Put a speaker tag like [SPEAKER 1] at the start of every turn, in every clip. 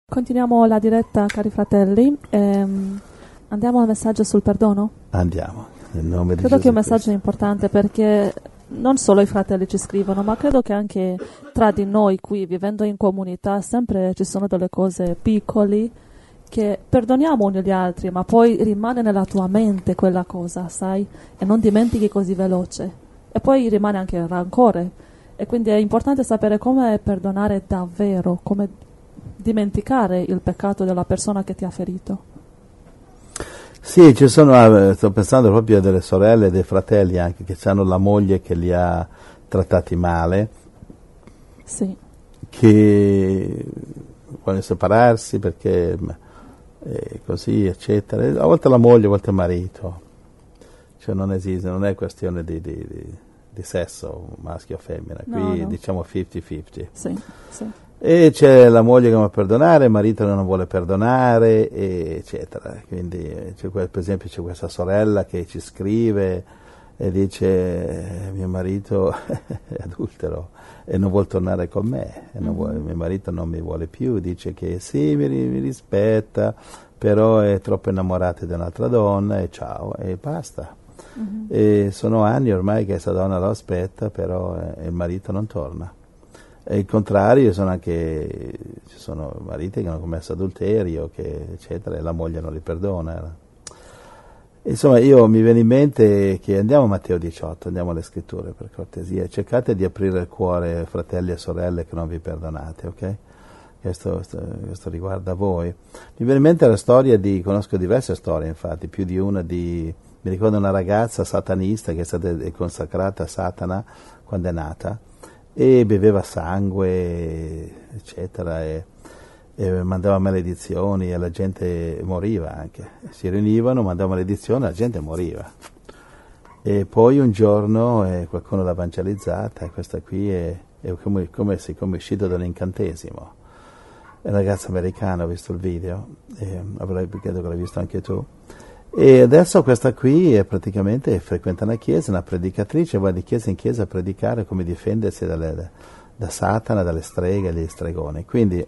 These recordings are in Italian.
[SPEAKER 1] Continuiamo la diretta, cari fratelli. Andiamo al messaggio sul perdono?
[SPEAKER 2] Andiamo, nel nome di
[SPEAKER 1] Credo
[SPEAKER 2] Gesù
[SPEAKER 1] che è un messaggio
[SPEAKER 2] Cristo.
[SPEAKER 1] importante perché non solo i fratelli ci scrivono, ma credo che anche tra di noi qui, vivendo in comunità, sempre ci sono delle cose piccole che perdoniamo uni gli altri, ma poi rimane nella tua mente quella cosa, sai? E non dimentichi così veloce. E poi rimane anche il rancore. E quindi è importante sapere come perdonare davvero, come dimenticare il peccato della persona che ti ha ferito.
[SPEAKER 2] Sì, ci sono, sto pensando proprio a delle sorelle e dei fratelli anche che hanno la moglie che li ha trattati male,
[SPEAKER 1] Sì.
[SPEAKER 2] che vogliono separarsi perché così, eccetera. A volte la moglie, a volte il marito. Cioè non esiste, non è questione di sesso, maschio o femmina. Qui
[SPEAKER 1] No.
[SPEAKER 2] diciamo 50-50.
[SPEAKER 1] Sì, sì.
[SPEAKER 2] E c'è la moglie che non vuole perdonare, il marito che non vuole perdonare, eccetera. Quindi, per esempio, c'è questa sorella che ci scrive e dice: mio marito è adultero e non vuole tornare con me, mio marito non mi vuole più, dice che sì, mi rispetta, però è troppo innamorato di un'altra donna e ciao, e basta. E sono anni ormai che questa donna lo aspetta, però il marito non torna. E il contrario, ci sono mariti che hanno commesso adulterio, eccetera, e la moglie non li perdona. Insomma, mi viene in mente che andiamo a Matteo 18, andiamo alle scritture per cortesia, cercate di aprire il cuore, fratelli e sorelle, che non vi perdonate, ok? Questo riguarda voi. Mi viene in mente la storia conosco diverse storie, infatti, più di una mi ricordo una ragazza satanista che è stata consacrata a Satana quando è nata, e beveva sangue, eccetera, e mandava maledizioni e la gente moriva anche. Si riunivano, mandava maledizioni e la gente moriva. E poi un giorno qualcuno l'ha evangelizzata, e questa qui è come uscita da un incantesimo. È una ragazza americana, ho visto il video, credo che l'hai visto anche tu. E adesso questa qui praticamente frequenta una chiesa, una predicatrice, va di chiesa in chiesa a predicare come difendersi da Satana, dalle streghe e dagli stregoni. Quindi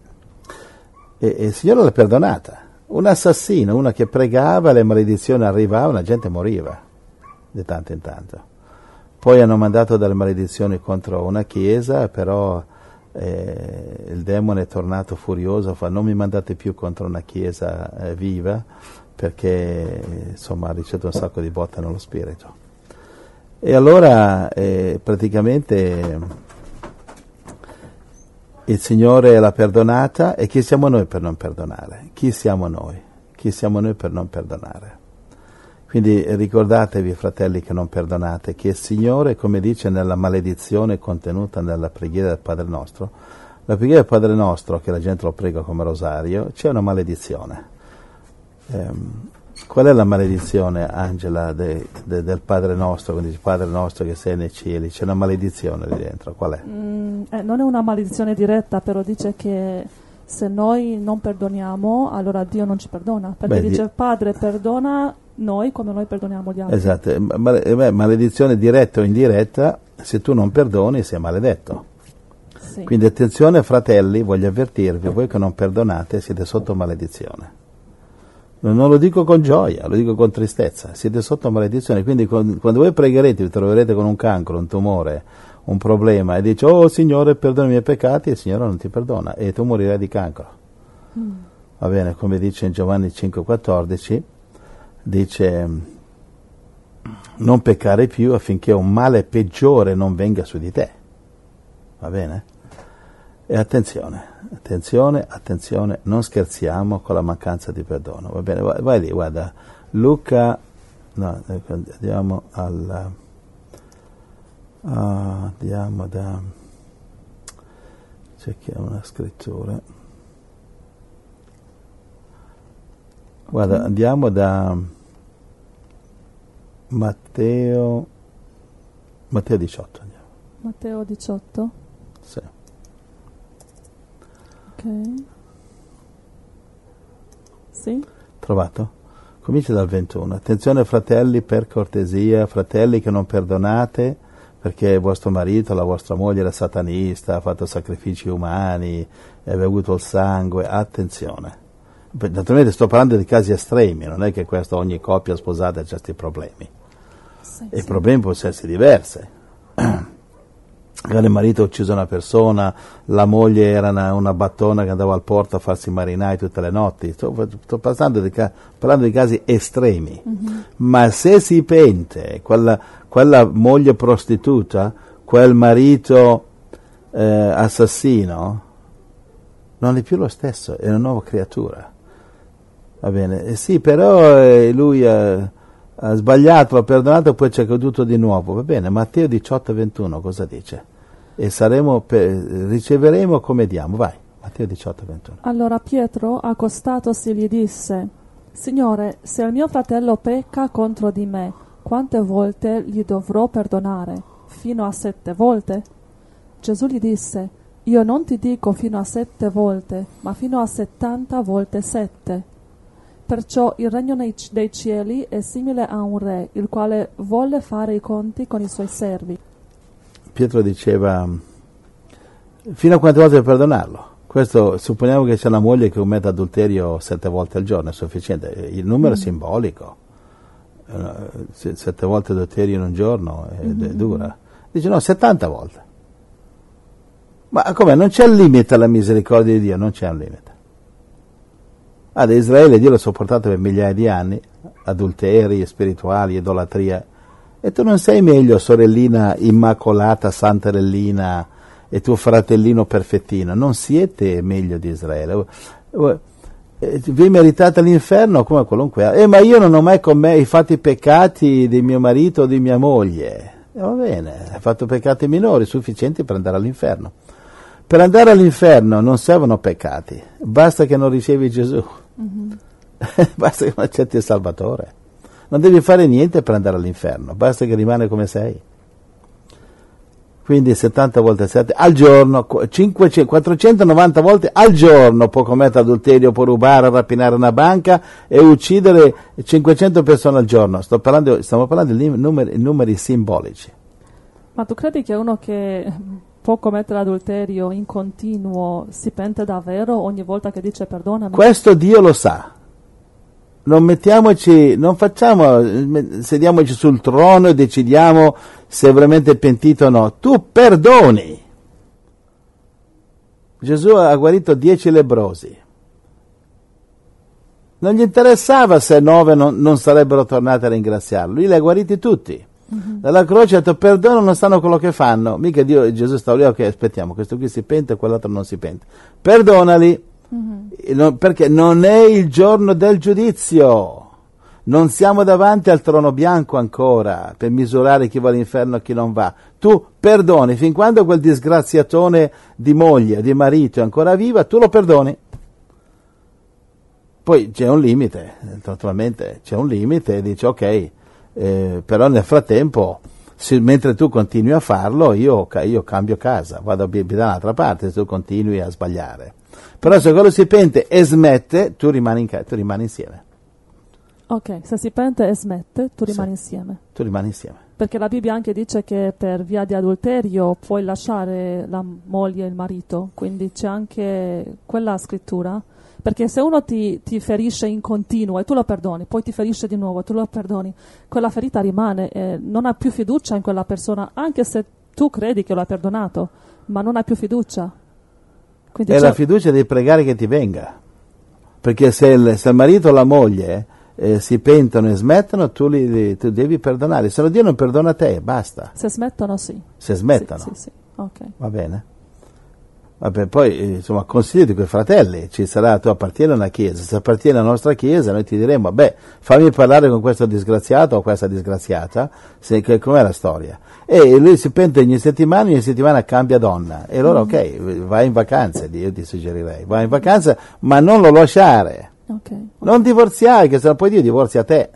[SPEAKER 2] il Signore l'ha perdonata. Un assassino, una che pregava, le maledizioni arrivavano, la gente moriva di tanto in tanto. Poi hanno mandato delle maledizioni contro una chiesa, però il demone è tornato furioso, fa: non mi mandate più contro una chiesa viva, perché insomma ha ricevuto un sacco di botte nello spirito. E allora praticamente il Signore l'ha perdonata, e chi siamo noi per non perdonare? Chi siamo noi? Chi siamo noi per non perdonare? Quindi ricordatevi, fratelli, che non perdonate, che il Signore, come dice nella maledizione contenuta nella preghiera del Padre Nostro, la preghiera del Padre Nostro, che la gente lo prega come rosario, c'è una maledizione. Qual è la maledizione, Angela, del Padre Nostro? Quando dice Padre Nostro che sei nei cieli, c'è una maledizione lì dentro, qual è?
[SPEAKER 1] Non è una maledizione diretta, però dice che se noi non perdoniamo, allora Dio non ci perdona, perché dice Padre perdona noi come noi perdoniamo gli altri.
[SPEAKER 2] Esatto, maledizione diretta o indiretta, se tu non perdoni sei maledetto.
[SPEAKER 1] Sì.
[SPEAKER 2] Quindi attenzione, fratelli, voglio avvertirvi, voi che non perdonate siete sotto maledizione. Non lo dico con gioia, lo dico con tristezza, siete sotto maledizione. Quindi quando voi pregherete vi troverete con un cancro, un tumore, un problema, e dici: oh Signore, perdona i miei peccati, e il Signore non ti perdona e tu morirai di cancro. Va bene, come dice in Giovanni 5,14, dice: non peccare più affinché un male peggiore non venga su di te. Va bene? E attenzione, non scherziamo con la mancanza di perdono. Va bene, vai lì, guarda, Luca, no, andiamo cerchiamo una scrittura. Guarda, andiamo da Matteo 18. Andiamo.
[SPEAKER 1] Matteo 18?
[SPEAKER 2] Sì.
[SPEAKER 1] Ok. Sì?
[SPEAKER 2] Trovato? Comincia dal 21. Attenzione, fratelli, per cortesia, fratelli che non perdonate, perché vostro marito, la vostra moglie era satanista, ha fatto sacrifici umani, aveva avuto il sangue, attenzione. Naturalmente sto parlando di casi estremi, non è che questo ogni coppia sposata ha questi problemi.
[SPEAKER 1] Sì,
[SPEAKER 2] I problemi possono essere diversi. Il marito ha ucciso una persona, la moglie era una battona che andava al porto a farsi marinai tutte le notti. Sto parlando di casi estremi. Ma se si pente quella moglie prostituta, quel marito assassino, non è più lo stesso, è una nuova creatura. Va bene? Sì, però lui ha sbagliato, ha perdonato e poi ci è caduto di nuovo. Va bene, Matteo 18:21 cosa dice? E riceveremo come diamo. Vai, Matteo 18:21.
[SPEAKER 1] Allora Pietro, accostatosi, gli disse: Signore, se il mio fratello pecca contro di me, quante volte gli dovrò perdonare? Fino a 7 volte? Gesù gli disse: Io non ti dico fino a 7 volte, ma fino a 70 volte 7. Perciò il regno dei cieli è simile a un re, il quale volle fare i conti con i suoi servi.
[SPEAKER 2] Pietro diceva: fino a quante volte per perdonarlo? Questo, supponiamo che c'è una moglie che commette adulterio 7 volte al giorno, è sufficiente. Il numero è simbolico. 7 volte adulterio in un giorno è dura. Dice no, 70 volte. Ma come? Non c'è un limite alla misericordia di Dio, non c'è un limite. Da Israele Dio l'ha sopportato per migliaia di anni, adulteri spirituali, idolatria. E tu non sei meglio, sorellina immacolata, santarellina, e tuo fratellino perfettino. Non siete meglio di Israele. Vi meritate l'inferno come qualunque altro. Ma io non ho mai fatto i peccati di mio marito o di mia moglie. Va bene, hai fatto peccati minori, sufficienti per andare all'inferno. Per andare all'inferno non servono peccati, basta che non ricevi Gesù. Basta che non accetti il Salvatore. Non devi fare niente per andare all'inferno, basta che rimane come sei. Quindi 70 volte 7 al giorno, 490 volte al giorno può commettere adulterio, può rubare, rapinare una banca e uccidere 500 persone al giorno. Stiamo parlando di numeri simbolici.
[SPEAKER 1] Ma tu credi che uno che può commettere adulterio in continuo si pente davvero ogni volta che dice perdonami?
[SPEAKER 2] Questo Dio lo sa. Sediamoci sul trono e decidiamo se è veramente pentito o no. Tu perdoni. Gesù ha guarito 10 lebbrosi. Non gli interessava se 9 non sarebbero tornati a ringraziarlo. Lui li ha guariti tutti. Dalla croce ha detto perdono, non sanno quello che fanno. Mica Gesù stava lì, ok, aspettiamo, questo qui si pente e quell'altro non si pente. Perdonali. Perché non è il giorno del giudizio, non siamo davanti al trono bianco ancora per misurare chi va all'inferno e chi non va. Tu perdoni, fin quando quel disgraziatone di moglie, di marito è ancora viva, tu lo perdoni. Poi c'è un limite, naturalmente c'è un limite e dici ok, però nel frattempo mentre tu continui a farlo io cambio casa, vado a vivere da un'altra parte se tu continui a sbagliare. Però se quello si pente e smette, tu rimani insieme.
[SPEAKER 1] Ok, se si pente e smette, tu rimani insieme.
[SPEAKER 2] Tu rimani insieme.
[SPEAKER 1] Perché la Bibbia anche dice che per via di adulterio puoi lasciare la moglie e il marito, quindi c'è anche quella scrittura. Perché se uno ti ferisce in continuo e tu lo perdoni, poi ti ferisce di nuovo e tu lo perdoni, quella ferita rimane e non hai più fiducia in quella persona, anche se tu credi che lo hai perdonato, ma non hai più fiducia. Quindi
[SPEAKER 2] la fiducia di pregare che ti venga, perché se il marito o la moglie si pentono e smettono, tu devi perdonare, se no Dio non perdona te, basta.
[SPEAKER 1] Se smettono sì.
[SPEAKER 2] Se smettono.
[SPEAKER 1] Sì. Okay.
[SPEAKER 2] Va bene. Vabbè, poi insomma consiglio di quei fratelli, tu appartieni a una chiesa, se appartieni alla nostra chiesa noi ti diremo fammi parlare con questo disgraziato o questa disgraziata, com'è la storia, e lui si pente ogni settimana cambia donna e allora ok, vai in vacanza, io ti suggerirei, vai in vacanza ma non lo lasciare, non divorziare, che se no poi Dio divorzia te.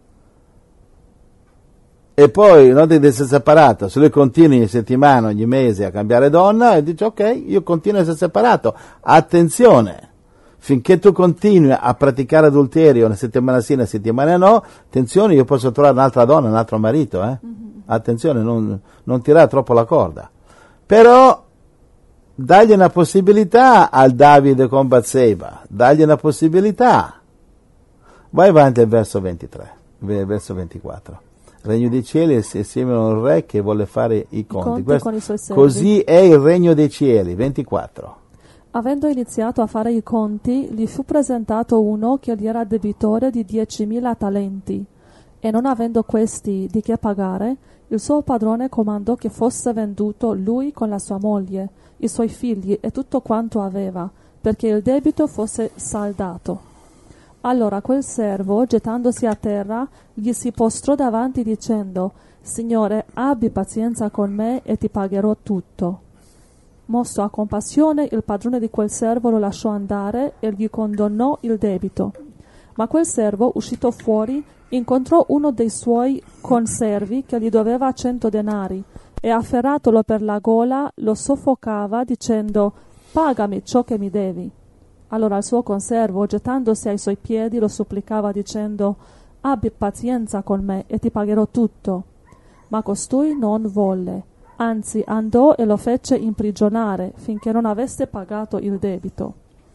[SPEAKER 2] E poi non devi essere separato, se lui continua ogni settimana, ogni mese a cambiare donna e dice ok, io continuo a essere separato, attenzione, finché tu continui a praticare adulterio una settimana sì, una settimana no, attenzione, io posso trovare un'altra donna, un altro marito, attenzione, non tirare troppo la corda, però dagli una possibilità al Davide con Batseba, dagli una possibilità. Vai avanti al verso 23, verso 24. Il regno dei cieli è simile a un re che vuole fare i conti.
[SPEAKER 1] Con i suoi servi.
[SPEAKER 2] Così è il regno dei cieli, 24.
[SPEAKER 1] Avendo iniziato a fare i conti, gli fu presentato uno che gli era debitore di 10.000 talenti, e non avendo questi di che pagare, il suo padrone comandò che fosse venduto lui con la sua moglie, i suoi figli e tutto quanto aveva, perché il debito fosse saldato. Allora quel servo, gettandosi a terra, gli si postrò davanti dicendo: Signore, abbi pazienza con me e ti pagherò tutto. Mosso a compassione, il padrone di quel servo lo lasciò andare e gli condonò il debito. Ma quel servo, uscito fuori, incontrò uno dei suoi conservi che gli doveva 100 denari, e afferratolo per la gola lo soffocava dicendo: Pagami ciò che mi devi. Allora il suo conservo, gettandosi ai suoi piedi, lo supplicava dicendo: Abbi pazienza con me e ti pagherò tutto. Ma costui non volle, anzi andò e lo fece imprigionare finché non avesse pagato il debito.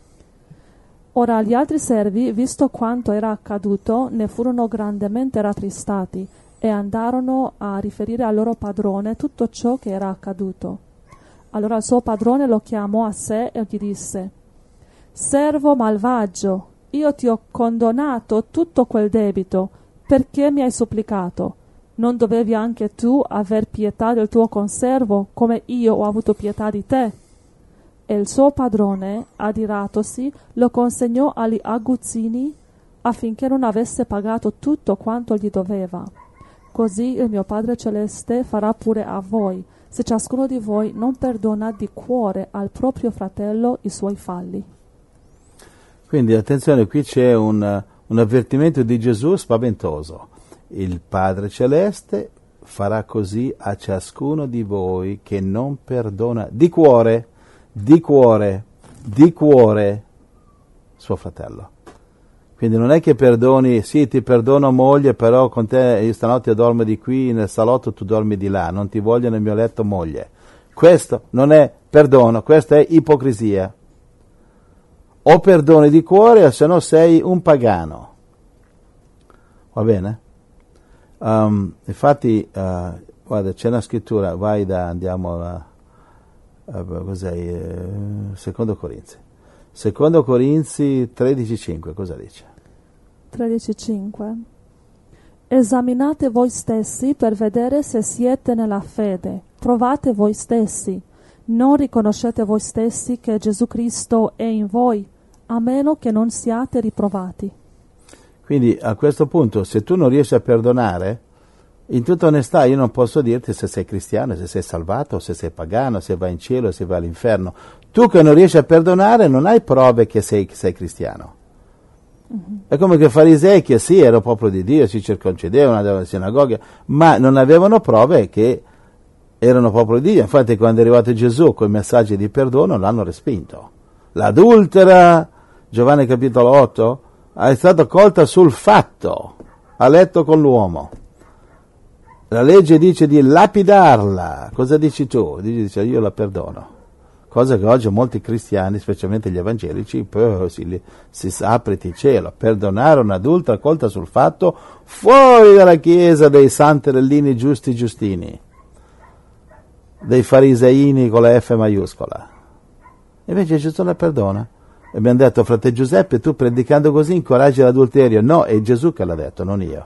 [SPEAKER 1] Ora gli altri servi, visto quanto era accaduto, ne furono grandemente rattristati e andarono a riferire al loro padrone tutto ciò che era accaduto. Allora il suo padrone lo chiamò a sé e gli disse: Servo malvagio, io ti ho condonato tutto quel debito, perché mi hai supplicato? Non dovevi anche tu aver pietà del tuo conservo, come io ho avuto pietà di te? E il suo padrone, adiratosi, lo consegnò agli aguzzini affinché non avesse pagato tutto quanto gli doveva. Così il mio Padre Celeste farà pure a voi, se ciascuno di voi non perdona di cuore al proprio fratello i suoi falli.
[SPEAKER 2] Quindi attenzione, qui c'è un avvertimento di Gesù spaventoso. Il Padre Celeste farà così a ciascuno di voi che non perdona di cuore suo fratello. Quindi non è che perdoni, sì, ti perdono moglie, però con te io stanotte dormo di qui nel salotto, tu dormi di là, non ti voglio nel mio letto moglie. Questo non è perdono, questa è ipocrisia. O perdoni di cuore o se no sei un pagano. Va bene? Infatti, guarda, c'è una scrittura, andiamo a cos'è? Secondo Corinzi. Secondo Corinzi 13,5, cosa dice?
[SPEAKER 1] 13,5. Esaminate voi stessi per vedere se siete nella fede. Provate voi stessi. Non riconoscete voi stessi che Gesù Cristo è in voi, a meno che non siate riprovati.
[SPEAKER 2] Quindi a questo punto, se tu non riesci a perdonare, in tutta onestà io non posso dirti se sei cristiano, se sei salvato, se sei pagano, se vai in cielo, se vai all'inferno. Tu che non riesci a perdonare non hai prove che sei cristiano. È come che i farisei, che sì, erano popolo di Dio, si circoncedevano, andavano alle sinagoghe, ma non avevano prove che erano popolo di Dio. Infatti quando è arrivato Gesù con i messaggi di perdono l'hanno respinto. L'adultera, Giovanni capitolo 8, è stata colta sul fatto, ha letto con l'uomo. La legge dice di lapidarla. Cosa dici tu? Dice io la perdono. Cosa che oggi molti cristiani, specialmente gli evangelici, si apriti il cielo. Perdonare un'adultera colta sul fatto fuori dalla chiesa dei santerellini giusti giustini, dei fariseini con la F maiuscola. Invece Gesù la perdona. E abbiamo detto, frate Giuseppe, tu predicando così incoraggi l'adulterio. No, è Gesù che l'ha detto, non io.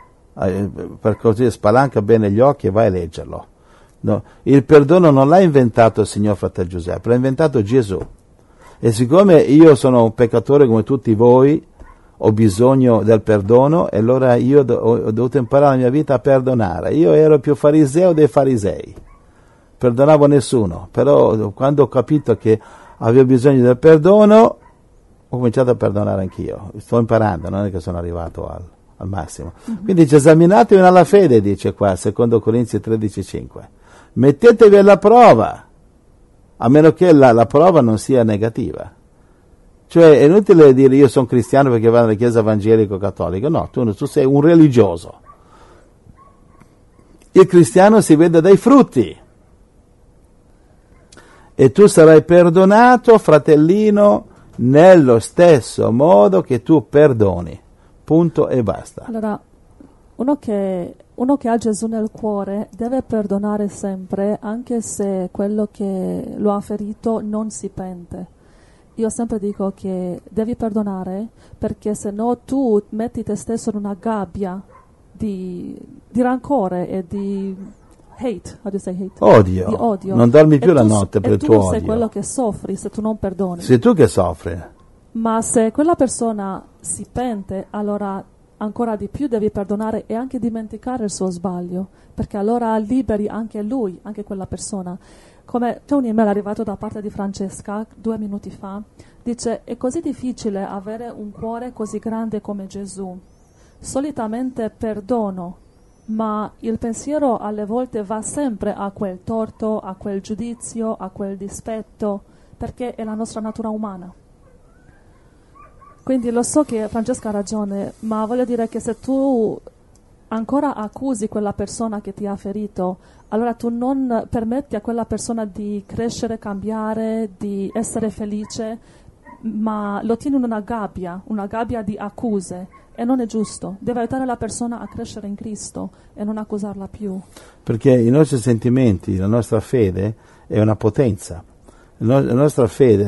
[SPEAKER 2] Per così spalanca bene gli occhi e vai a leggerlo. No, il perdono non l'ha inventato il signor fratello Giuseppe, l'ha inventato Gesù. E siccome io sono un peccatore come tutti voi, ho bisogno del perdono, e allora io ho dovuto imparare la mia vita a perdonare. Io ero più fariseo dei farisei, perdonavo nessuno, però quando ho capito che avevo bisogno del perdono, ho cominciato a perdonare anch'io. Sto imparando, non è che sono arrivato al massimo. Quindi esaminatevi nella fede, dice qua, secondo Corinzi 13,5. Mettetevi alla prova, a meno che la prova non sia negativa. Cioè è inutile dire io sono cristiano perché vado alla chiesa evangelico-cattolica. No, tu sei un religioso. Il cristiano si vede dai frutti. E tu sarai perdonato, fratellino, nello stesso modo che tu perdoni. Punto e basta.
[SPEAKER 1] Allora, uno che ha Gesù nel cuore deve perdonare sempre, anche se quello che lo ha ferito non si pente. Io sempre dico che devi perdonare, perché se no tu metti te stesso in una gabbia di rancore e di hate. How do you say hate?
[SPEAKER 2] Odio.
[SPEAKER 1] Di odio.
[SPEAKER 2] Non dormi più la notte per il tuo
[SPEAKER 1] odio. E tu sei quello
[SPEAKER 2] odio.
[SPEAKER 1] che soffri se tu non perdoni.
[SPEAKER 2] Sei tu che soffri.
[SPEAKER 1] Ma se quella persona si pente, allora ancora di più devi perdonare e anche dimenticare il suo sbaglio, perché allora liberi anche lui, anche quella persona. Come c'è un'email arrivata da parte di Francesca 2 minuti fa, dice: è così difficile avere un cuore così grande come Gesù. Solitamente perdono, ma il pensiero alle volte va sempre a quel torto, a quel giudizio, a quel dispetto, perché è la nostra natura umana. Quindi lo so che Francesca ha ragione, ma voglio dire che se tu ancora accusi quella persona che ti ha ferito, allora tu non permetti a quella persona di crescere, cambiare, di essere felice, ma lo tieni in una gabbia di accuse, e non è giusto. Deve aiutare la persona a crescere in Cristo e non accusarla più.
[SPEAKER 2] Perché i nostri sentimenti, la nostra fede è una potenza. La nostra fede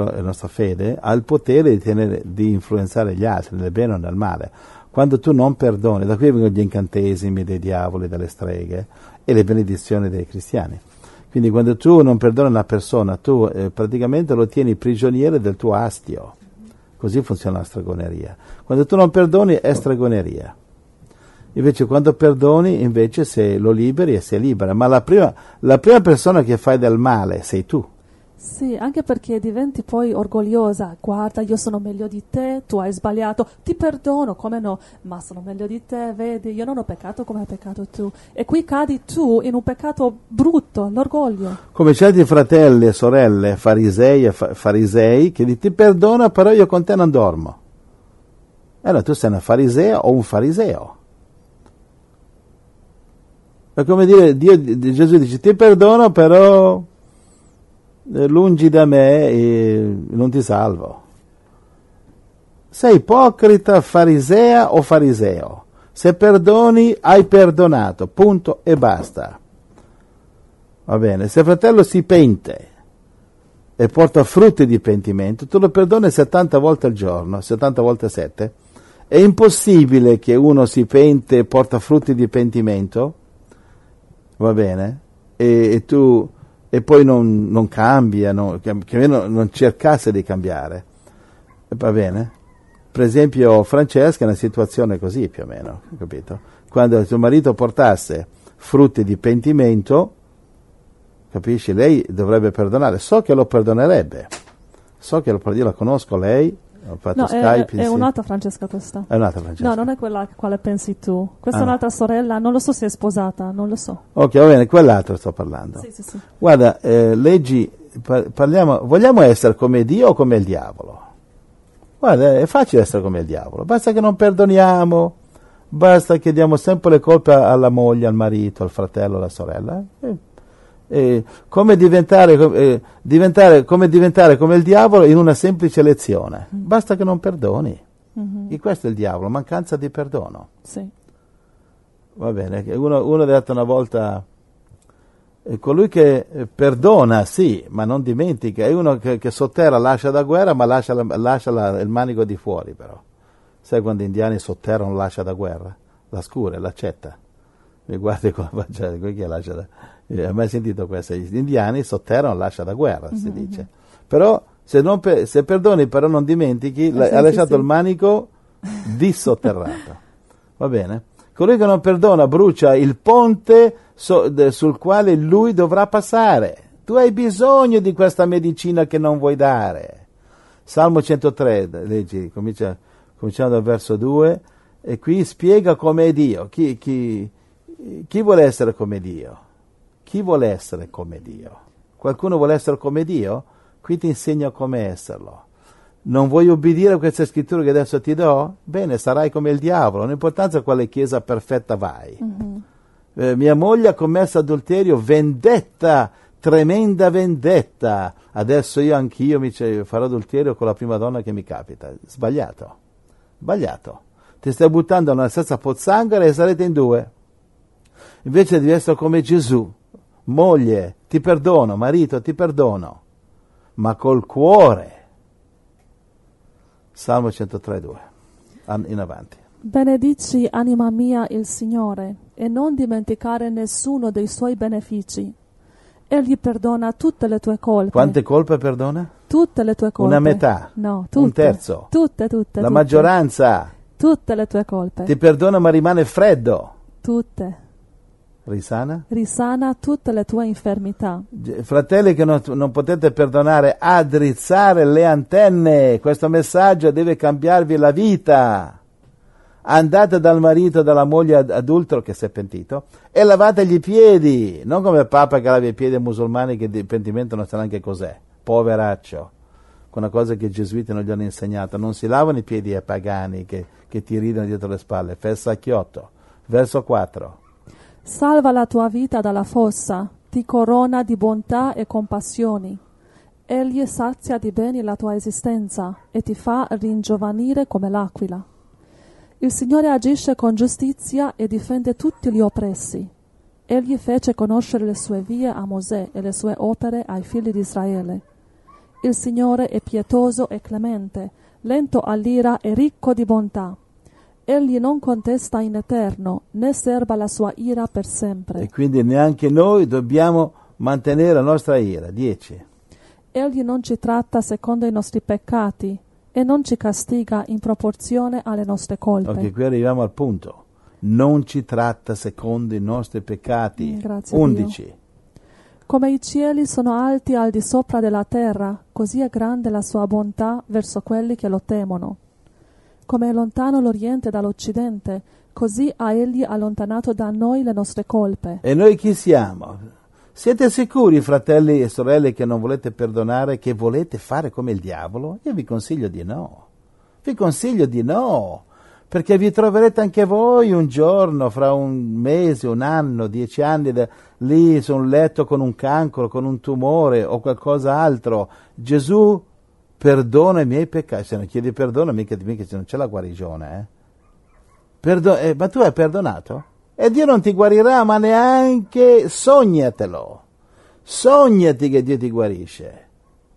[SPEAKER 2] ha il potere di influenzare gli altri nel bene o nel male. Quando tu non perdoni, da qui vengono gli incantesimi dei diavoli, delle streghe e le benedizioni dei cristiani. Quindi quando tu non perdoni una persona, tu praticamente lo tieni prigioniero del tuo astio. Così funziona la stregoneria. Quando tu non perdoni è stregoneria. Invece quando perdoni, invece se lo liberi e sei libera. Ma la prima persona che fai del male sei tu.
[SPEAKER 1] Sì, anche perché diventi poi orgogliosa. Guarda, io sono meglio di te, tu hai sbagliato, ti perdono, come no? Ma sono meglio di te, vedi, io non ho peccato come hai peccato tu. E qui cadi tu in un peccato brutto, l'orgoglio.
[SPEAKER 2] Come certi fratelli e sorelle, farisei, che dicono: ti perdono, però io con te non dormo. Allora tu sei una farisea o un fariseo. È come dire, Gesù dice: ti perdono, però lungi da me e non ti salvo. Sei ipocrita, farisea o fariseo. Se perdoni, hai perdonato, punto e basta. Va bene, se il fratello si pente e porta frutti di pentimento, tu lo perdoni 70 volte al giorno, 70 volte 7. È impossibile che uno si pente e porta frutti di pentimento, va bene, e poi non cambia, che non cercasse di cambiare, va bene? Per esempio Francesca è una situazione così più o meno, capito? Quando suo marito portasse frutti di pentimento, capisci, lei dovrebbe perdonare. So che lo perdonerebbe, io la conosco lei, ho fatto
[SPEAKER 1] No,
[SPEAKER 2] Skype.
[SPEAKER 1] è un'altra Francesca questa.
[SPEAKER 2] È un'altra Francesca.
[SPEAKER 1] No, non è quella quale pensi tu. Questa è un'altra sorella, non lo so se è sposata, non lo so.
[SPEAKER 2] Ok, va bene, quell'altro sto parlando.
[SPEAKER 1] Sì.
[SPEAKER 2] Guarda, leggi, vogliamo essere come Dio o come il diavolo? Guarda, è facile essere come il diavolo, basta che non perdoniamo, basta che diamo sempre le colpe alla moglie, al marito, al fratello, alla sorella. Come diventare come il diavolo in una semplice lezione. Basta che non perdoni. E questo è il diavolo, mancanza di perdono.
[SPEAKER 1] Sì.
[SPEAKER 2] Va bene, uno ha detto una volta: colui che perdona sì, ma non dimentica. È uno che sotterra l'ascia da guerra, ma lascia il manico di fuori, però. Sai quando gli indiani sotterrano l'ascia da guerra? La scura, l'accetta. Mi guardi con la faccia, chi è l'ascia da... Hai mai sentito questo? Gli indiani sotterrano l'ascia da guerra, si dice. Però se perdoni però non dimentichi, ha lasciato il manico dissotterrato. Va bene? Colui che non perdona brucia il ponte sul quale lui dovrà passare. Tu hai bisogno di questa medicina che non vuoi dare. Salmo 103, leggi, cominciamo dal verso 2, e qui spiega com'è Dio. Chi vuole essere come Dio? Chi vuole essere come Dio? Qualcuno vuole essere come Dio? Qui ti insegno come esserlo. Non vuoi obbedire a queste scritture che adesso ti do? Bene, sarai come il diavolo. Non importanza a quale chiesa perfetta vai. Mia moglie ha commesso adulterio, vendetta, tremenda vendetta. Adesso anch'io farò adulterio con la prima donna che mi capita. Sbagliato. Ti stai buttando nella stessa pozzanghera e sarete in due. Invece devi essere come Gesù. Moglie, ti perdono, marito, ti perdono, ma col cuore. Salmo 103,2 in avanti.
[SPEAKER 1] Benedici, anima mia, il Signore, e non dimenticare nessuno dei suoi benefici. Egli perdona tutte le tue colpe.
[SPEAKER 2] Quante colpe perdona?
[SPEAKER 1] Tutte le tue colpe.
[SPEAKER 2] Una metà?
[SPEAKER 1] No, tutte.
[SPEAKER 2] Un terzo?
[SPEAKER 1] Tutte.
[SPEAKER 2] La maggioranza?
[SPEAKER 1] Tutte le tue colpe.
[SPEAKER 2] Ti perdona ma rimane freddo?
[SPEAKER 1] Tutte.
[SPEAKER 2] Risana
[SPEAKER 1] tutte le tue infermità.
[SPEAKER 2] Fratelli che non potete perdonare, addrizzare le antenne. Questo messaggio deve cambiarvi la vita. Andate dal marito, dalla moglie adultero che si è pentito e lavategli i piedi, non come il Papa che lava i piedi ai musulmani che di pentimento non sa neanche cos'è, poveraccio, con una cosa che i gesuiti non gli hanno insegnato. Non si lavano i piedi ai pagani che ti ridono dietro le spalle. Fessa Chiotto, verso 4.
[SPEAKER 1] Salva la tua vita dalla fossa, ti corona di bontà e compassioni. Egli sazia di beni la tua esistenza e ti fa ringiovanire come l'aquila. Il Signore agisce con giustizia e difende tutti gli oppressi. Egli fece conoscere le sue vie a Mosè e le sue opere ai figli di Israele. Il Signore è pietoso e clemente, lento all'ira e ricco di bontà. Egli non contesta in eterno, né serba la sua ira per sempre.
[SPEAKER 2] E quindi neanche noi dobbiamo mantenere la nostra ira. 10.
[SPEAKER 1] Egli non ci tratta secondo i nostri peccati e non ci castiga in proporzione alle nostre colpe.
[SPEAKER 2] Ok, qui arriviamo al punto. Non ci tratta secondo i nostri peccati.
[SPEAKER 1] Grazie
[SPEAKER 2] 11.
[SPEAKER 1] Dio. Come i cieli sono alti al di sopra della terra, così è grande la sua bontà verso quelli che lo temono. Come è lontano l'Oriente dall'Occidente, così ha Egli allontanato da noi le nostre colpe.
[SPEAKER 2] E noi chi siamo? Siete sicuri, fratelli e sorelle, che non volete perdonare, che volete fare come il diavolo? Io vi consiglio di no. Perché vi troverete anche voi un giorno, fra un mese, un anno, 10 anni, lì su un letto con un cancro, con un tumore o qualcosa altro. Gesù perdona i miei peccati. Se non chiedi perdono, mica non c'è la guarigione. Ma tu hai perdonato? E Dio non ti guarirà, ma neanche sognatelo. Sognati che Dio ti guarisce.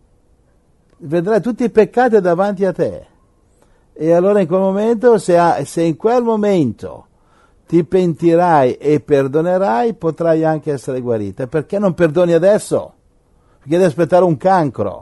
[SPEAKER 2] Vedrai tutti i peccati davanti a te. E allora in quel momento, se in quel momento ti pentirai e perdonerai, potrai anche essere guarita. Perché non perdoni adesso? Perché devi aspettare un cancro.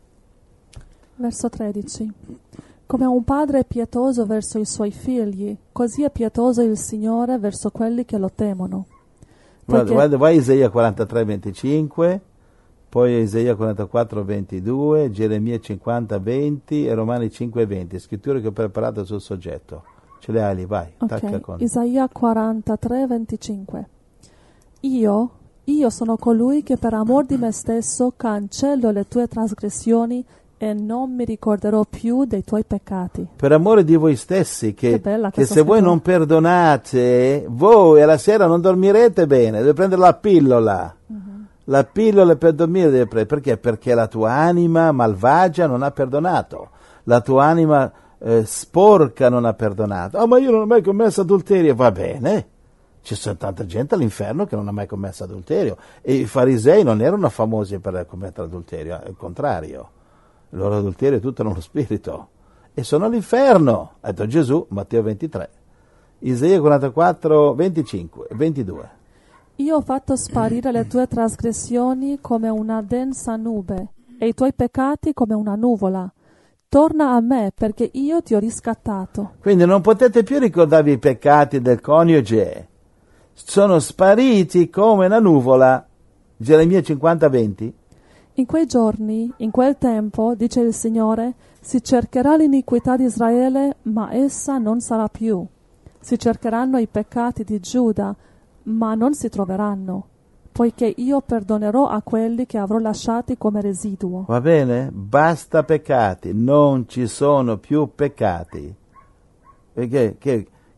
[SPEAKER 1] Verso 13. Come un padre è pietoso verso i suoi figli, così è pietoso il Signore verso quelli che lo temono.
[SPEAKER 2] Guarda, vai a Isaia 43, 25, poi Isaia 44, 22, Geremia 50, 20 e Romani 5, 20. Scritture che ho preparato sul soggetto. Ce le hai lì, vai.
[SPEAKER 1] Ok, Isaia 43, 25. Io sono colui che per amor di me stesso cancello le tue trasgressioni e non mi ricorderò più dei tuoi peccati.
[SPEAKER 2] Per amore di voi stessi, che se voi non perdonate, voi alla sera non dormirete bene, deve prendere la pillola. La pillola per dormire deve prendere. Perché? Perché la tua anima malvagia non ha perdonato. La tua anima sporca non ha perdonato. Ma io non ho mai commesso adulterio. Va bene. C'è tanta gente all'inferno che non ha mai commesso adulterio. E i farisei non erano famosi per commettere adulterio, al contrario. Il loro adulterio è tutto nello spirito e sono all'inferno, ha detto Gesù, Matteo 23, Isaia 44, 25, 22.
[SPEAKER 1] Io ho fatto sparire le tue trasgressioni come una densa nube e i tuoi peccati come una nuvola. Torna a me perché io ti ho riscattato.
[SPEAKER 2] Quindi non potete più ricordarvi i peccati del coniuge, sono spariti come una nuvola. Geremia 50, 20.
[SPEAKER 1] In quei giorni, in quel tempo, dice il Signore, si cercherà l'iniquità di Israele, ma essa non sarà più. Si cercheranno i peccati di Giuda, ma non si troveranno, poiché io perdonerò a quelli che avrò lasciati come residuo.
[SPEAKER 2] Va bene? Basta peccati, non ci sono più peccati. Perché che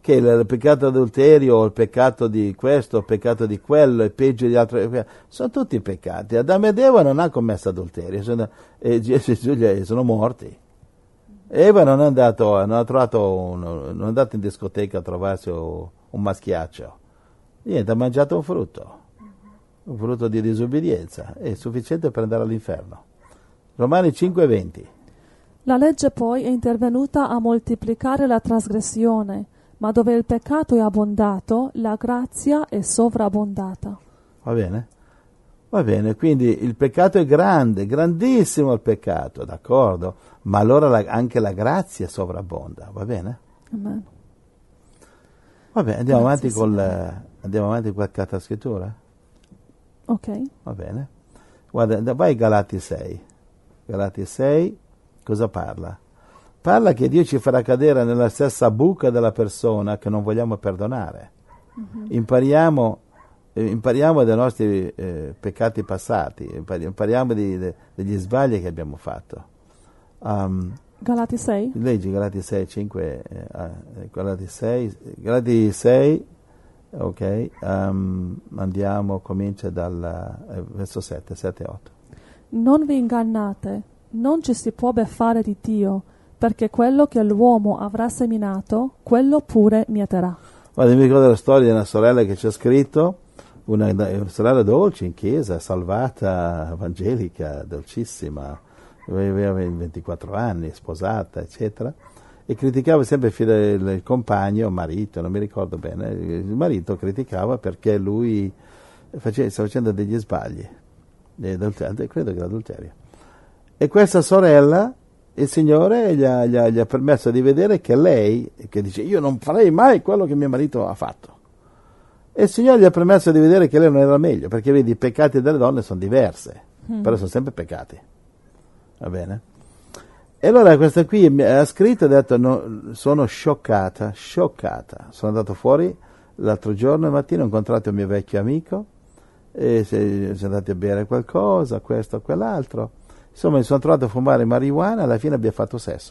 [SPEAKER 2] che il peccato d'adulterio o il peccato di questo, il peccato di quello è peggio di altri, sono tutti peccati. Adamo ed Eva non hanno commesso adulterio, e Gesù e Giulia sono morti. Eva non è andato in discoteca a trovarsi un maschiaccio, niente, ha mangiato un frutto di disobbedienza, è sufficiente per andare all'inferno. Romani 5:20.
[SPEAKER 1] La legge poi è intervenuta a moltiplicare la trasgressione, ma dove il peccato è abbondato, la grazia è sovrabbondata.
[SPEAKER 2] Va bene? Va bene, quindi il peccato è grande, grandissimo il peccato, d'accordo? Ma allora anche la grazia sovrabbonda, va bene?
[SPEAKER 1] Amen.
[SPEAKER 2] Va bene, andiamo
[SPEAKER 1] Grazie,
[SPEAKER 2] avanti con qualche scrittura?
[SPEAKER 1] Ok.
[SPEAKER 2] Va bene. Guarda, vai a Galati 6. Galati 6, cosa parla? Parla che Dio ci farà cadere nella stessa buca della persona che non vogliamo perdonare. Impariamo dai nostri peccati passati, impariamo degli sbagli che abbiamo fatto.
[SPEAKER 1] Galati 6?
[SPEAKER 2] Leggi Galati 6, 5, Galati 6, ok, andiamo, comincia dal verso 7 e 8.
[SPEAKER 1] Non vi ingannate, non ci si può beffare di Dio, perché quello che l'uomo avrà seminato, quello pure mieterà.
[SPEAKER 2] Guarda, mi ricordo la storia di una sorella che ci ha scritto, una sorella dolce in chiesa, salvata, evangelica, dolcissima, aveva 24 anni, sposata, eccetera, e criticava sempre il compagno, marito, non mi ricordo bene, il marito criticava perché lui stava facendo degli sbagli, credo che l'adulterio. E questa sorella, il Signore gli ha permesso di vedere che lei, che dice io non farei mai quello che mio marito ha fatto, e il Signore gli ha permesso di vedere che lei non era meglio, perché vedi, i peccati delle donne sono diverse, però sono sempre peccati, va bene? E allora questa qui mi ha scritto e ha detto no, sono scioccata, sono andato fuori l'altro giorno al mattino, ho incontrato un mio vecchio amico e siamo andati a bere qualcosa, questo, quell'altro, insomma mi sono trovato a fumare marijuana e alla fine abbiamo fatto sesso.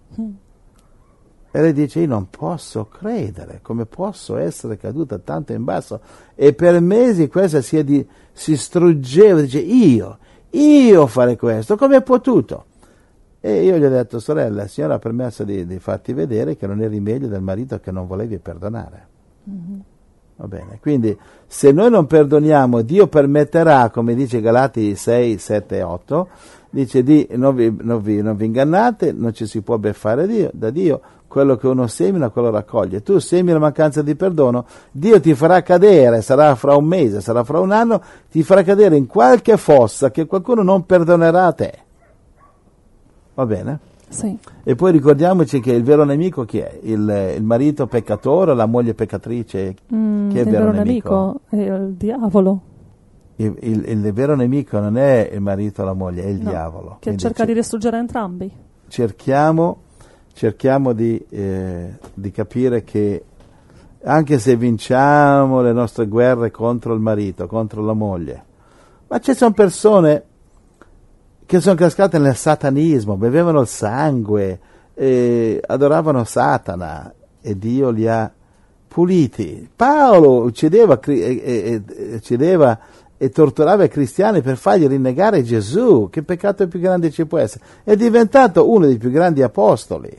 [SPEAKER 2] E lei dice io non posso credere, come posso essere caduta tanto in basso, e per mesi questa si struggeva, dice io fare questo, come ho potuto? E io gli ho detto, sorella, il Signore ha permesso di farti vedere che non eri meglio del marito che non volevi perdonare. Va bene, quindi se noi non perdoniamo, Dio permetterà, come dice Galati 6, 7 e 8, dice non vi ingannate, non ci si può beffare da Dio, quello che uno semina, quello raccoglie. Tu semini la mancanza di perdono, Dio ti farà cadere, sarà fra un mese, sarà fra un anno, ti farà cadere in qualche fossa che qualcuno non perdonerà a te. Va bene?
[SPEAKER 1] Sì.
[SPEAKER 2] E poi ricordiamoci che il vero nemico chi è? Il marito peccatore, la moglie peccatrice? Chi è il vero nemico?
[SPEAKER 1] È il diavolo.
[SPEAKER 2] Il vero nemico non è il marito o la moglie, è il diavolo.
[SPEAKER 1] Che
[SPEAKER 2] quindi
[SPEAKER 1] cerca di distruggere entrambi.
[SPEAKER 2] Cerchiamo di capire che anche se vinciamo le nostre guerre contro il marito, contro la moglie, ma ci sono persone che sono cascate nel satanismo, bevevano il sangue, adoravano Satana e Dio li ha puliti. Paolo uccideva e torturava i cristiani per fargli rinnegare Gesù. Che peccato più grande ci può essere? È diventato uno dei più grandi apostoli.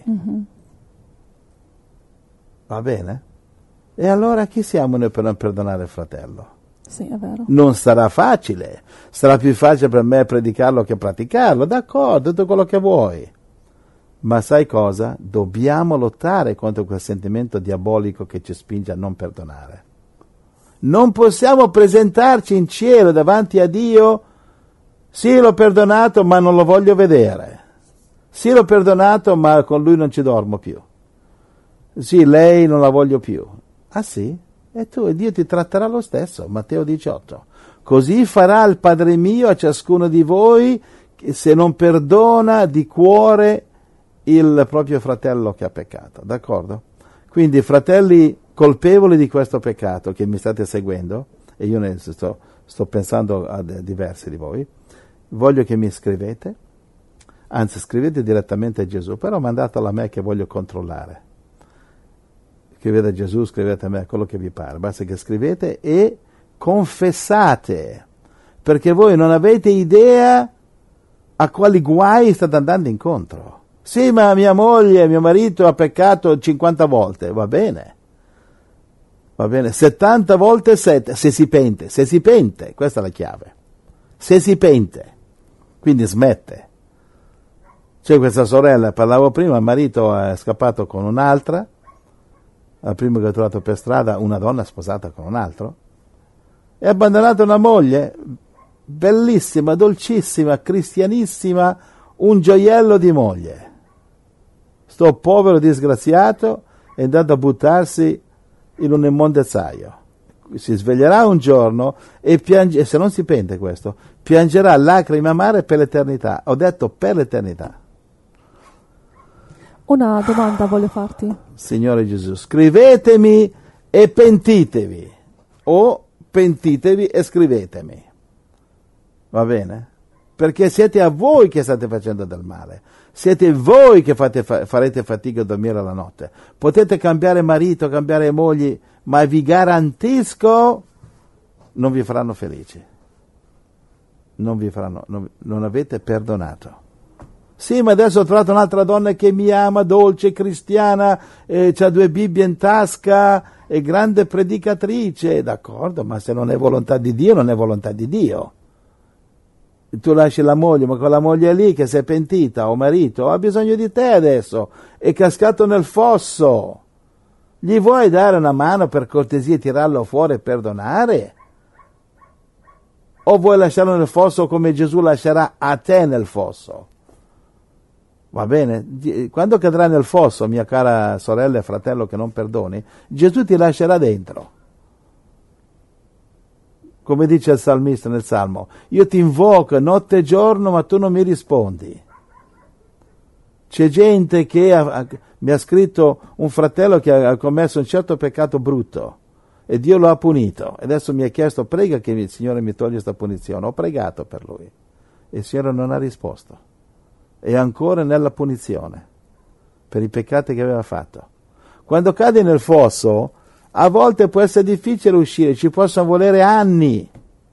[SPEAKER 2] Va bene? E allora chi siamo noi per non perdonare il fratello?
[SPEAKER 1] Sì, è vero.
[SPEAKER 2] Non sarà facile, sarà più facile per me predicarlo che praticarlo, d'accordo, tutto quello che vuoi. Ma sai cosa? Dobbiamo lottare contro quel sentimento diabolico che ci spinge a non perdonare. Non possiamo presentarci in cielo davanti a Dio, sì l'ho perdonato ma non lo voglio vedere, sì l'ho perdonato ma con lui non ci dormo più, sì lei non la voglio più. Ah sì? E Dio ti tratterà lo stesso, Matteo 18. Così farà il Padre mio a ciascuno di voi se non perdona di cuore il proprio fratello che ha peccato, d'accordo? Quindi fratelli colpevoli di questo peccato che mi state seguendo, e io ne sto pensando a diversi di voi, voglio che mi scrivete, anzi scrivete direttamente a Gesù, però mandatelo a me che voglio controllare. Scrivete a Gesù, scrivete a me, quello che vi pare. Basta che scrivete e confessate, perché voi non avete idea a quali guai state andando incontro. Sì, ma mia moglie, mio marito ha peccato 50 volte, va bene, 70 volte 7, se si pente, questa è la chiave, se si pente, quindi smette. C'è questa sorella, parlavo prima, il marito è scappato con un'altra, la prima che ho trovato per strada, una donna sposata con un altro, e ha abbandonato una moglie bellissima, dolcissima, cristianissima, un gioiello di moglie. Sto povero disgraziato è andato a buttarsi in un immondezzaio. Si sveglierà un giorno e piange, se non si pente questo, piangerà lacrime amare per l'eternità. Ho detto per l'eternità.
[SPEAKER 1] Una domanda voglio farti.
[SPEAKER 2] Signore Gesù, scrivetemi e pentitevi, o pentitevi e scrivetemi. Va bene? Perché siete a voi che state facendo del male. Siete voi che farete fatica a dormire la notte. Potete cambiare marito, cambiare mogli, ma vi garantisco non vi faranno felici. Non avete perdonato. Sì, ma adesso ho trovato un'altra donna che mi ama, dolce, cristiana, c'ha 2 Bibbie in tasca, è grande predicatrice. D'accordo, ma se non è volontà di Dio, non è volontà di Dio. Tu lasci la moglie, ma con la moglie lì che si è pentita, o marito, ha bisogno di te adesso, è cascato nel fosso. Gli vuoi dare una mano per cortesia e tirarlo fuori e perdonare? O vuoi lasciarlo nel fosso come Gesù lascerà a te nel fosso? Va bene? Quando cadrà nel fosso, mia cara sorella e fratello che non perdoni, Gesù ti lascerà dentro. Come dice il salmista nel Salmo, io ti invoco notte e giorno, ma tu non mi rispondi. C'è gente che mi ha scritto un fratello che ha commesso un certo peccato brutto e Dio lo ha punito. E adesso mi ha chiesto, prega che il Signore mi toglie questa punizione. Ho pregato per lui e il Signore non ha risposto. È ancora nella punizione per i peccati che aveva fatto. Quando cadi nel fosso, a volte può essere difficile uscire, ci possono volere anni.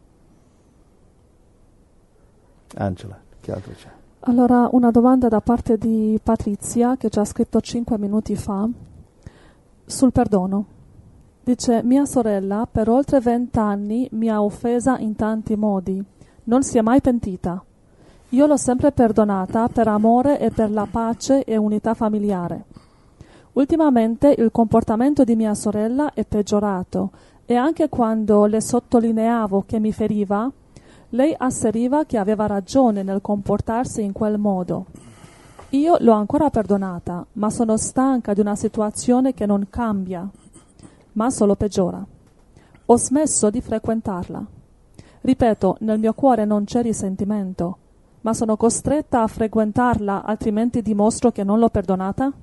[SPEAKER 2] Angela, che altro c'è?
[SPEAKER 1] Allora, una domanda da parte di Patrizia, che ci ha scritto 5 minuti fa, sul perdono. Dice, mia sorella per oltre 20 anni mi ha offesa in tanti modi, non si è mai pentita. Io l'ho sempre perdonata per amore e per la pace e unità familiare. Ultimamente il comportamento di mia sorella è peggiorato e anche quando le sottolineavo che mi feriva, lei asseriva che aveva ragione nel comportarsi in quel modo. Io l'ho ancora perdonata, ma sono stanca di una situazione che non cambia, ma solo peggiora. Ho smesso di frequentarla. Ripeto, nel mio cuore non c'è risentimento, ma sono costretta a frequentarla, altrimenti dimostro che non l'ho perdonata?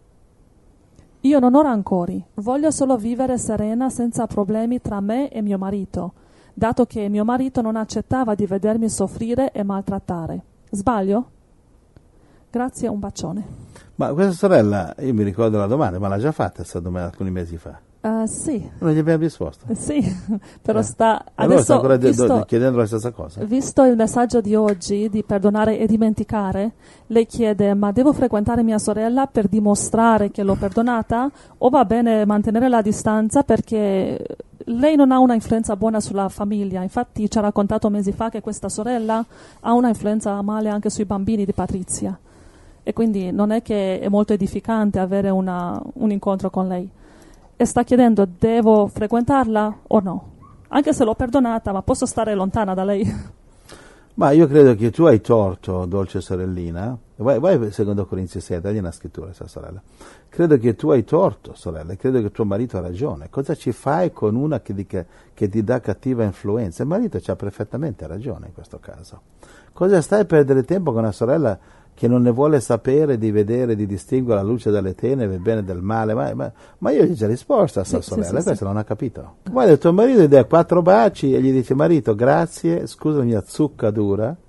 [SPEAKER 1] Io non ho rancori, voglio solo vivere serena senza problemi tra me e mio marito, dato che mio marito non accettava di vedermi soffrire e maltrattare. Sbaglio? Grazie, un bacione.
[SPEAKER 2] Ma questa sorella, io mi ricordo la domanda, ma l'ha già fatta questa domanda alcuni mesi fa?
[SPEAKER 1] Sì.
[SPEAKER 2] Non gli abbiamo risposto?
[SPEAKER 1] Sì, però sta...
[SPEAKER 2] Allora sta ancora chiedendo la stessa cosa?
[SPEAKER 1] Visto il messaggio di oggi, di perdonare e dimenticare, lei chiede, ma devo frequentare mia sorella per dimostrare che l'ho perdonata? O va bene mantenere la distanza perché lei non ha una influenza buona sulla famiglia? Infatti ci ha raccontato mesi fa che questa sorella ha una influenza male anche sui bambini di Patrizia. E quindi non è che è molto edificante avere un incontro con lei. E sta chiedendo, devo frequentarla o no? Anche se l'ho perdonata, ma posso stare lontana da lei?
[SPEAKER 2] Ma io credo che tu hai torto, dolce sorellina. Vai secondo Corinzi 6, dagli una scrittura, sta sorella. Credo che tu hai torto, sorella, credo che tuo marito ha ragione. Cosa ci fai con una che ti dà cattiva influenza? Il marito c'ha perfettamente ragione in questo caso. Cosa stai a perdere tempo con una sorella che non ne vuole sapere di vedere, di distinguere la luce dalle tenebre, il bene e del male? Ma io gli ho già risposto a questa sorella, questa non ha capito. Guarda, il tuo marito gli dà 4 baci e gli dice, marito, grazie, scusa la mia zucca dura,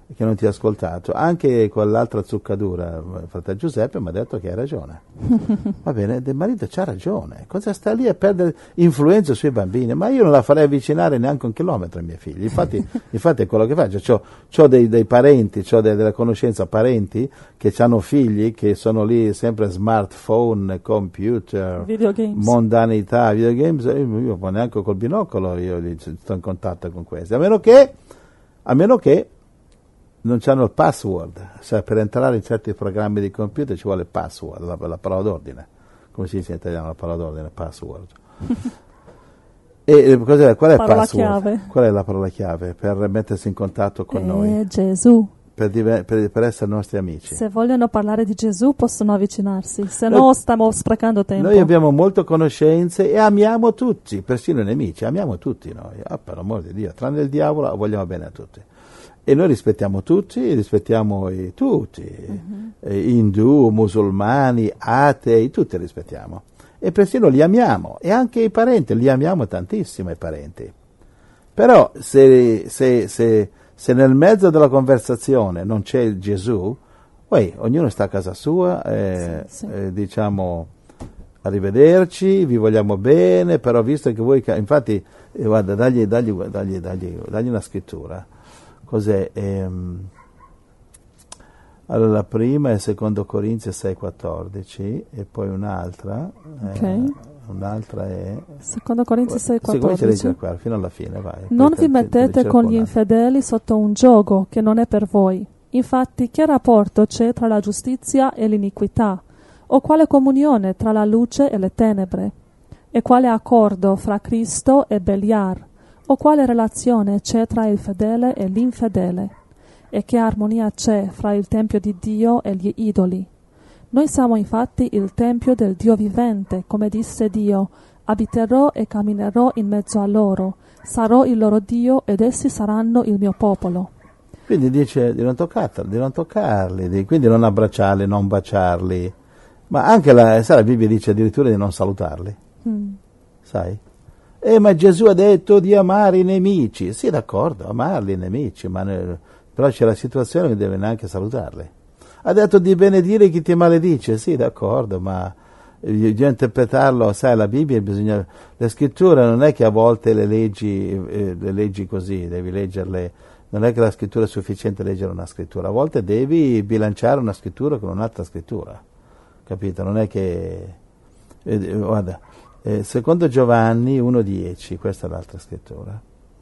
[SPEAKER 2] che non ti ha ascoltato. Anche quell'altra zuccadura, fratello Giuseppe, mi ha detto che hai ragione. Va bene, il marito c'ha ragione. Cosa sta lì a perdere influenza sui bambini? Ma io non la farei avvicinare neanche un chilometro ai miei figli. Infatti è quello che faccio. C'ho dei parenti, c'ho delle conoscenze parenti che hanno figli che sono lì sempre smartphone, computer,
[SPEAKER 1] videogames,
[SPEAKER 2] mondanità, videogames. Io neanche col binocolo io sto in contatto con questi. A meno che non c'hanno il password, cioè per entrare in certi programmi di computer ci vuole il password, la parola d'ordine. Come si dice in italiano la parola d'ordine? Password. E qual è il password?
[SPEAKER 1] Chiave.
[SPEAKER 2] Qual è la parola chiave per mettersi in contatto con noi?
[SPEAKER 1] Gesù.
[SPEAKER 2] Per essere nostri amici.
[SPEAKER 1] Se vogliono parlare di Gesù possono avvicinarsi, se no stiamo sprecando tempo.
[SPEAKER 2] Noi abbiamo molte conoscenze e amiamo tutti, persino i nemici, amiamo tutti noi. Per l'amor di Dio, tranne il diavolo vogliamo bene a tutti. E noi rispettiamo tutti, rispettiamo tutti, indù, musulmani, atei, tutti rispettiamo. E persino li amiamo, e anche i parenti, li amiamo tantissimo i parenti. Però se nel mezzo della conversazione non c'è Gesù, poi ognuno sta a casa sua, diciamo arrivederci, vi vogliamo bene, però visto che voi, infatti, guarda, dagli una scrittura. Cos'è? Allora la prima è secondo Corinzi 6,14 e poi un'altra è
[SPEAKER 1] secondo Corinzi 6,14.
[SPEAKER 2] Comincia a leggere qua fino alla fine, vai.
[SPEAKER 1] Non vi mettete con gli infedeli sotto un giogo che non è per voi. Infatti che rapporto c'è tra la giustizia e l'iniquità? O quale comunione tra la luce e le tenebre? E quale accordo fra Cristo e Beliar? O quale relazione c'è tra il fedele e l'infedele? E che armonia c'è fra il tempio di Dio e gli idoli? Noi siamo infatti il tempio del Dio vivente, come disse Dio: abiterò e camminerò in mezzo a loro, sarò il loro Dio ed essi saranno il mio popolo.
[SPEAKER 2] Quindi dice di non toccarli, quindi non abbracciarli, non baciarli, ma anche la Bibbia dice addirittura di non salutarli, sai? Ma Gesù ha detto di amare i nemici. Sì, d'accordo, amarli i nemici, però c'è la situazione che non deve neanche salutarli. Ha detto di benedire chi ti maledice. Sì, d'accordo, ma bisogna interpretarlo, sai, la Bibbia le scritture non è che a volte le leggi così, devi leggerle, non è che la scrittura è sufficiente leggere una scrittura, a volte devi bilanciare una scrittura con un'altra scrittura, capito? Non è che, guarda, secondo Giovanni 1,10, questa è l'altra scrittura.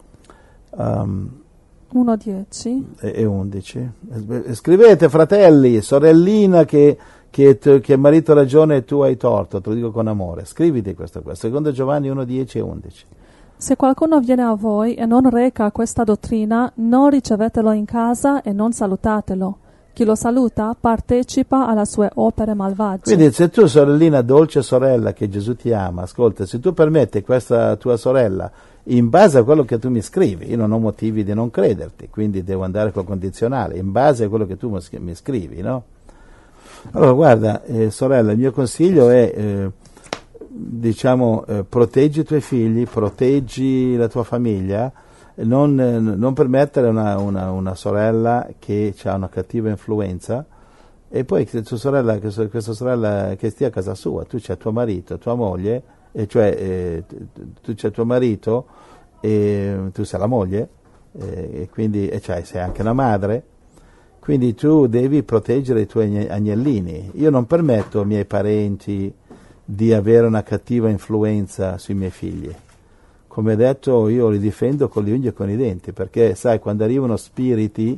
[SPEAKER 1] 1,10
[SPEAKER 2] e 11. Scrivete, fratelli, sorellina che marito ha ragione e tu hai torto, te lo dico con amore. Scriviti questo qua, secondo Giovanni 1,10 e 11.
[SPEAKER 1] Se qualcuno viene a voi e non reca questa dottrina, non ricevetelo in casa e non salutatelo. Chi lo saluta partecipa alle sue opere malvagie.
[SPEAKER 2] Quindi se tu, sorellina, dolce sorella, che Gesù ti ama, ascolta, se tu permetti questa tua sorella, in base a quello che tu mi scrivi, io non ho motivi di non crederti, quindi devo andare col condizionale, in base a quello che tu mi scrivi, no? Allora guarda, sorella, il mio consiglio è, proteggi i tuoi figli, proteggi la tua famiglia, non permettere una sorella che ha una cattiva influenza, e poi questa sorella che stia a casa sua, tu c'hai tuo marito, tua moglie, tu c'hai tuo marito e tu sei la moglie, e quindi sei anche la madre, quindi tu devi proteggere i tuoi agnellini. Io non permetto ai miei parenti di avere una cattiva influenza sui miei figli. Come detto, io li difendo con le unghie e con i denti, perché sai, quando arrivano spiriti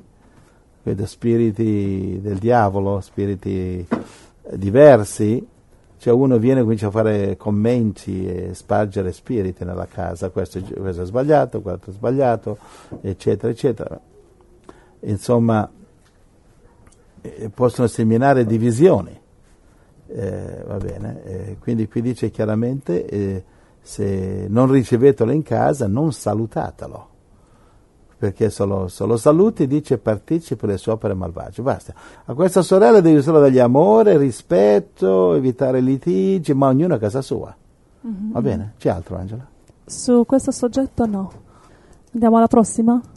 [SPEAKER 2] del diavolo, spiriti diversi, cioè uno viene e comincia a fare commenti e spargere spiriti nella casa, questo è sbagliato, questo è sbagliato, eccetera, eccetera. Insomma, possono seminare divisioni, va bene, quindi qui dice chiaramente, se non ricevetelo in casa, non salutatelo, perché se lo saluti, dice, partecipa alle sue opere malvagie. Basta. A questa sorella devi solo dargli amore, rispetto, evitare litigi, ma ognuno a casa sua. Va bene? C'è altro, Angela?
[SPEAKER 1] Su questo soggetto no. Andiamo alla prossima?